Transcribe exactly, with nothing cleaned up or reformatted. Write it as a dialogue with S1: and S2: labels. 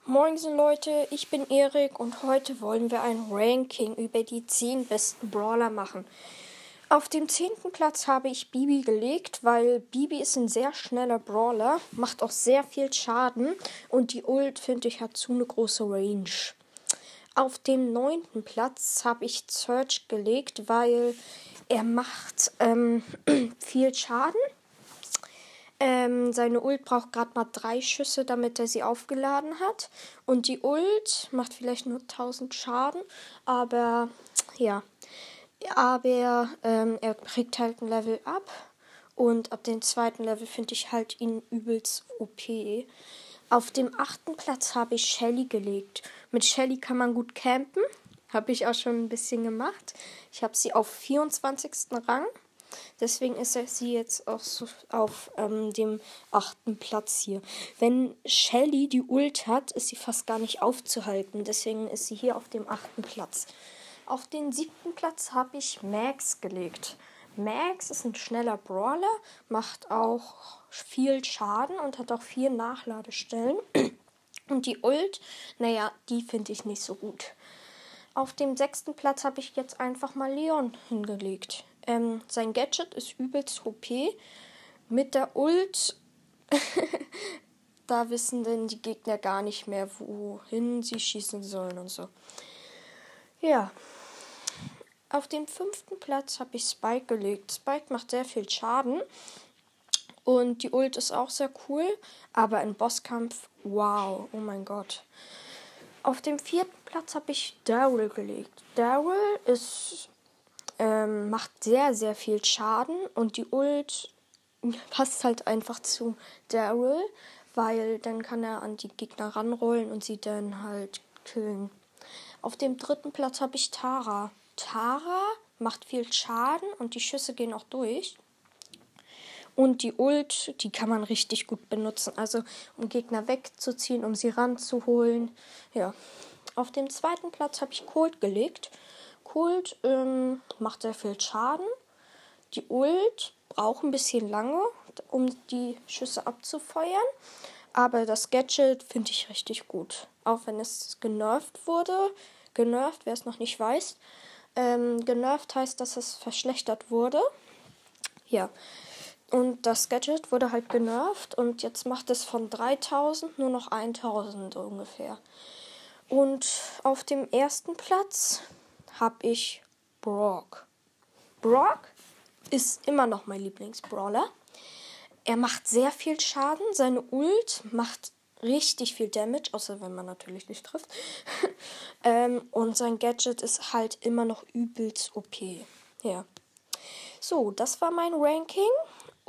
S1: Moin Leute, ich bin Erik und heute wollen wir ein Ranking über die zehn besten Brawler machen. Auf dem zehnten Platz habe ich Bibi gelegt, weil Bibi ist ein sehr schneller Brawler, macht auch sehr viel Schaden und die Ult, finde ich, hat zu eine große Range. Auf dem neunten Platz habe ich Search gelegt, weil er macht ähm, viel Schaden. Ähm, seine Ult braucht gerade mal drei Schüsse, damit er sie aufgeladen hat. Und die Ult macht vielleicht nur tausend Schaden, aber ja. Aber ähm, er kriegt halt ein Level up. Und ab dem zweiten Level finde ich halt ihn übelst O P. Auf dem achten Platz habe ich Shelly gelegt. Mit Shelly kann man gut campen. Habe ich auch schon ein bisschen gemacht. Ich habe sie auf vierundzwanzigsten Rang. Deswegen ist sie jetzt auch so auf ähm, dem achten Platz hier. Wenn Shelly die Ult hat, ist sie fast gar nicht aufzuhalten. Deswegen ist sie hier auf dem achten Platz. Auf den siebten Platz habe ich Max gelegt. Max ist ein schneller Brawler, macht auch viel Schaden und hat auch vier Nachladestellen. Und die Ult, naja, die finde ich nicht so gut. Auf dem sechsten Platz habe ich jetzt einfach mal Leon hingelegt. Ähm, sein Gadget ist übelst O P. Mit der Ult, da wissen denn die Gegner gar nicht mehr, wohin sie schießen sollen und so. Ja. Auf dem fünften Platz habe ich Spike gelegt. Spike macht sehr viel Schaden. Und die Ult ist auch sehr cool. Aber im Bosskampf, wow, oh mein Gott. Auf dem vierten Platz habe ich Daryl gelegt. Daryl ist, ähm, macht sehr, sehr viel Schaden und die Ult passt halt einfach zu Daryl, weil dann kann er an die Gegner ranrollen und sie dann halt killen. Auf dem dritten Platz habe ich Tara. Tara macht viel Schaden und die Schüsse gehen auch durch. Und die Ult, die kann man richtig gut benutzen. Also um Gegner wegzuziehen, um sie ranzuholen. Ja. Auf dem zweiten Platz habe ich Colt gelegt. Colt ähm, macht sehr viel Schaden. Die Ult braucht ein bisschen lange, um die Schüsse abzufeuern. Aber das Gadget finde ich richtig gut. Auch wenn es genervt wurde. Genervt, wer es noch nicht weiß. Ähm, genervt heißt, dass es verschlechtert wurde. Ja. Und das Gadget wurde halt genervt und jetzt macht es von dreitausend nur noch tausend ungefähr. Und auf dem ersten Platz habe ich Brock. Brock ist immer noch mein Lieblingsbrawler. Er macht sehr viel Schaden. Seine Ult macht richtig viel Damage, außer wenn man natürlich nicht trifft. ähm, und sein Gadget ist halt immer noch übelst O P. Ja. So, das war mein Ranking.